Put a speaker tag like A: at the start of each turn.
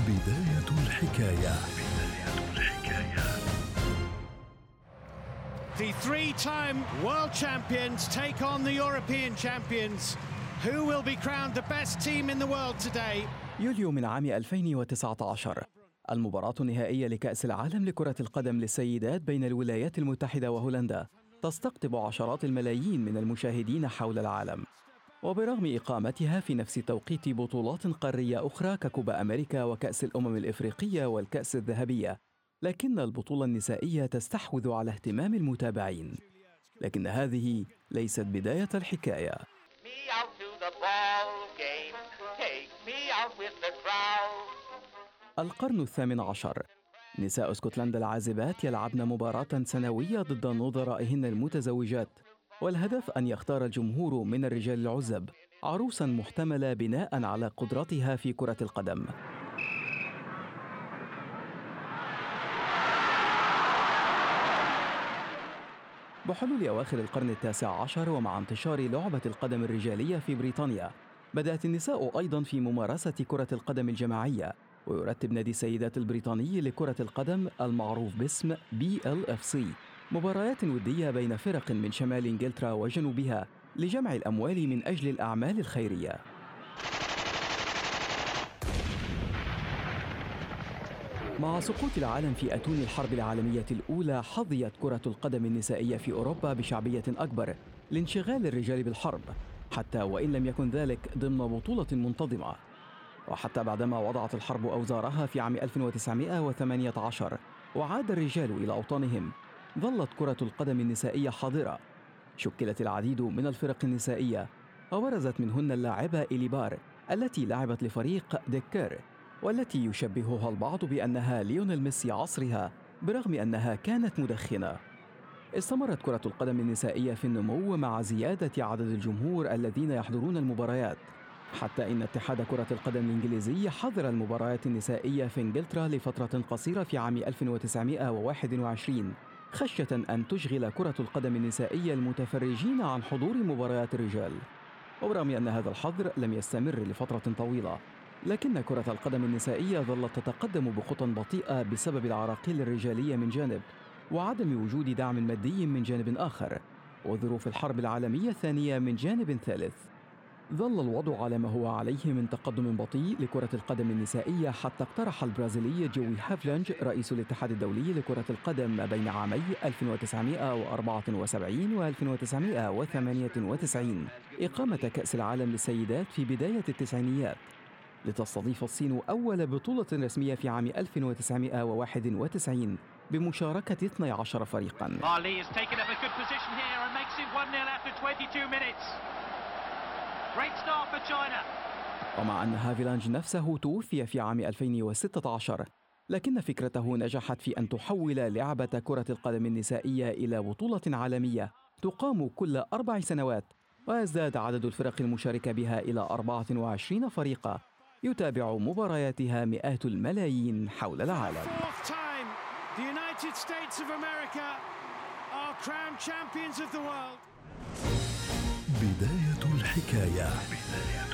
A: بداية الحكاية.
B: The three-time world champions take on the European champions. Who will be crowned the best team in the world today?
C: يوليو من عام 2019 المباراة النهائية لكأس العالم لكرة القدم للسيدات بين الولايات المتحدة وهولندا تستقطب عشرات الملايين من المشاهدين حول العالم. وبرغم إقامتها في نفس توقيت بطولات قارية أخرى ككوبا أمريكا وكأس الأمم الإفريقية والكأس الذهبية، لكن البطولة النسائية تستحوذ على اهتمام المتابعين. لكن هذه ليست بداية الحكاية. القرن الثامن عشر، نساء اسكتلندا العازبات يلعبن مباراة سنوية ضد نظرائهن المتزوجات، والهدف أن يختار الجمهور من الرجال العزب عروساً محتملة بناء على قدرتها في كرة القدم. بحلول أواخر القرن التاسع عشر ومع انتشار لعبة القدم الرجالية في بريطانيا، بدأت النساء أيضاً في ممارسة كرة القدم الجماعية، ويرتب نادي السيدات البريطاني لكرة القدم المعروف باسم BLFC مباريات ودية بين فرق من شمال إنجلترا وجنوبها لجمع الأموال من أجل الأعمال الخيرية. مع سقوط العالم في أتون الحرب العالمية الأولى، حظيت كرة القدم النسائية في أوروبا بشعبية أكبر لانشغال الرجال بالحرب، حتى وإن لم يكن ذلك ضمن بطولة منتظمة. وحتى بعدما وضعت الحرب أوزارها في عام 1918 وعاد الرجال إلى أوطانهم، ظلت كرة القدم النسائية حاضرة. شكلت العديد من الفرق النسائية، وبرزت منهن اللاعبة إليبار التي لعبت لفريق ديكير، والتي يشبهها البعض بأنها ليونيل ميسي عصرها برغم أنها كانت مدخنة. استمرت كرة القدم النسائية في النمو مع زيادة عدد الجمهور الذين يحضرون المباريات، حتى إن اتحاد كرة القدم الإنجليزي حظر المباريات النسائية في إنجلترا لفترة قصيرة في عام 1921 خشية أن تشغل كرة القدم النسائية المتفرجين عن حضور مباريات الرجال. وبرغم أن هذا الحظر لم يستمر لفترة طويلة، لكن كرة القدم النسائية ظلت تتقدم بخطى بطيئة بسبب العراقيل الرجالية من جانب، وعدم وجود دعم مادي من جانب آخر، وظروف الحرب العالمية الثانية من جانب ثالث. ظل الوضع على ما هو عليه من تقدم بطيء لكرة القدم النسائية، حتى اقترح البرازيلي جوي هافلانج رئيس الاتحاد الدولي لكرة القدم بين عامي 1974 و 1998 إقامة كأس العالم للسيدات في بداية التسعينيات، لتستضيف الصين أول بطولة رسمية في عام 1991 بمشاركة 12 فريقاً. ومع أن هافيلانج نفسه توفي في عام 2016، لكن فكرته نجحت في أن تحول لعبة كرة القدم النسائية إلى بطولة عالمية تقام كل 4 سنوات، ويزداد عدد الفرق المشاركة بها إلى 24 فريقا يتابع مبارياتها مئات الملايين حول العالم.
A: بداية الحكاية.